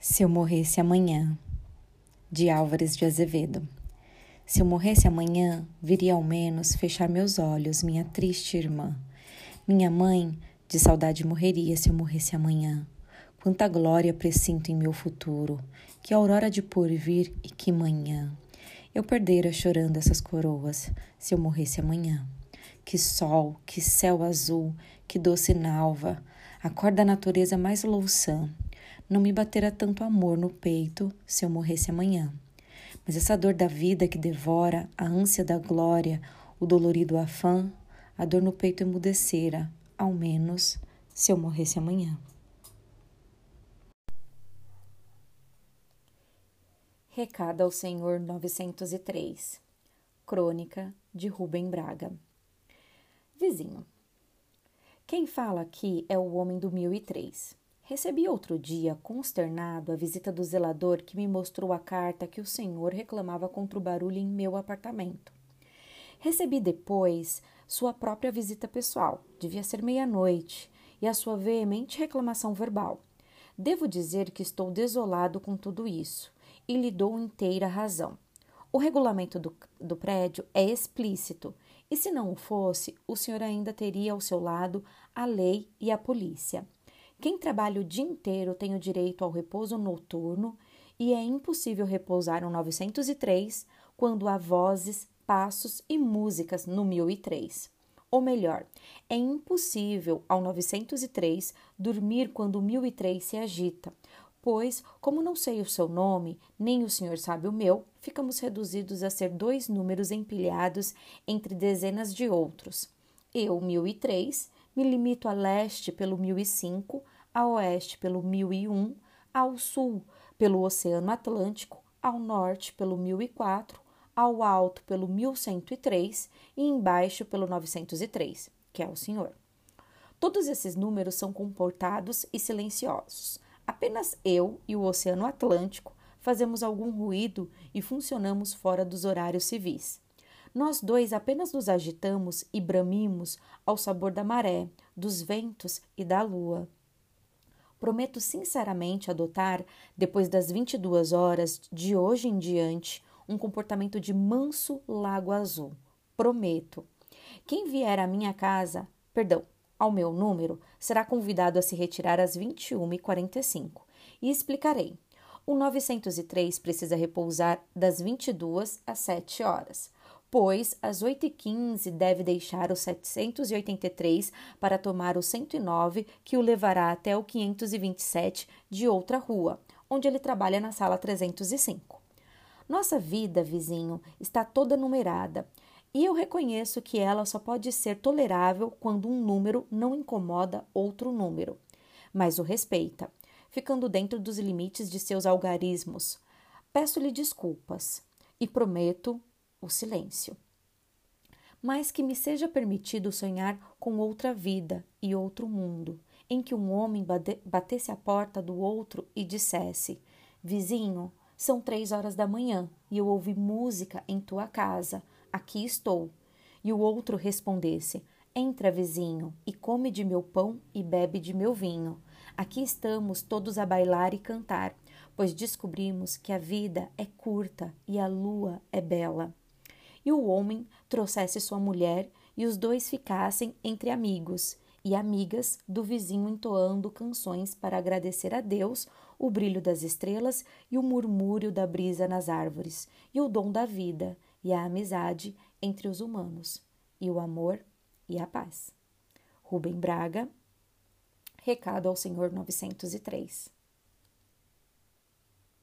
Se eu morresse amanhã, de Álvares de Azevedo. Se eu morresse amanhã, viria ao menos fechar meus olhos, minha triste irmã. Minha mãe, de saudade morreria se eu morresse amanhã. Quanta glória presinto em meu futuro, que aurora de porvir e que manhã. Eu perdera chorando essas coroas, se eu morresse amanhã. Que sol, que céu azul, que doce nalva, acorda a natureza mais louçã. Não me batera tanto amor no peito se eu morresse amanhã. Mas essa dor da vida que devora, a ânsia da glória, o dolorido afã, a dor no peito emudecera, ao menos se eu morresse amanhã. Recado ao Senhor 903. Crônica de Rubem Braga. Vizinho. Quem fala aqui é o homem do 1003. Recebi outro dia, consternado, a visita do zelador que me mostrou a carta que o senhor reclamava contra o barulho em meu apartamento. Recebi depois sua própria visita pessoal, devia ser meia-noite, e a sua veemente reclamação verbal. Devo dizer que estou desolado com tudo isso, e lhe dou inteira razão. O regulamento do prédio é explícito, e se não o fosse, o senhor ainda teria ao seu lado a lei e a polícia. Quem trabalha o dia inteiro tem o direito ao repouso noturno e é impossível repousar no 903 quando há vozes, passos e músicas no 1003. Ou melhor, é impossível ao 903 dormir quando o 1003 se agita, pois, como não sei o seu nome, nem o senhor sabe o meu, ficamos reduzidos a ser dois números empilhados entre dezenas de outros. Eu, 1003, me limito a leste pelo 1005, a oeste pelo 1001, ao sul pelo Oceano Atlântico, ao norte pelo 1004, ao alto pelo 1103 e embaixo pelo 903, que é o senhor. Todos esses números são comportados e silenciosos. Apenas eu e o Oceano Atlântico fazemos algum ruído e funcionamos fora dos horários civis. Nós dois apenas nos agitamos e bramimos ao sabor da maré, dos ventos e da lua. Prometo sinceramente adotar, depois das 22 horas de hoje em diante, um comportamento de manso lago azul. Prometo. Quem vier à minha casa, ao meu número, será convidado a se retirar às 21h45. E explicarei. O 903 precisa repousar das 22 às 7 horas. Pois, às 8h15, deve deixar o 783 para tomar o 109, que o levará até o 527 de outra rua, onde ele trabalha na sala 305. Nossa vida, vizinho, está toda numerada, e eu reconheço que ela só pode ser tolerável quando um número não incomoda outro número, mas o respeita, ficando dentro dos limites de seus algarismos. Peço-lhe desculpas e prometo o silêncio. Mas que me seja permitido sonhar com outra vida e outro mundo, em que um homem batesse à porta do outro e dissesse: vizinho, são 3 horas da manhã e eu ouvi música em tua casa, aqui estou. E o outro respondesse: entra, vizinho, e come de meu pão e bebe de meu vinho. Aqui estamos todos a bailar e cantar, pois descobrimos que a vida é curta e a lua é bela. E o homem trouxesse sua mulher e os dois ficassem entre amigos e amigas do vizinho entoando canções para agradecer a Deus o brilho das estrelas e o murmúrio da brisa nas árvores, e o dom da vida e a amizade entre os humanos, e o amor e a paz. Rubem Braga, recado ao Senhor 903.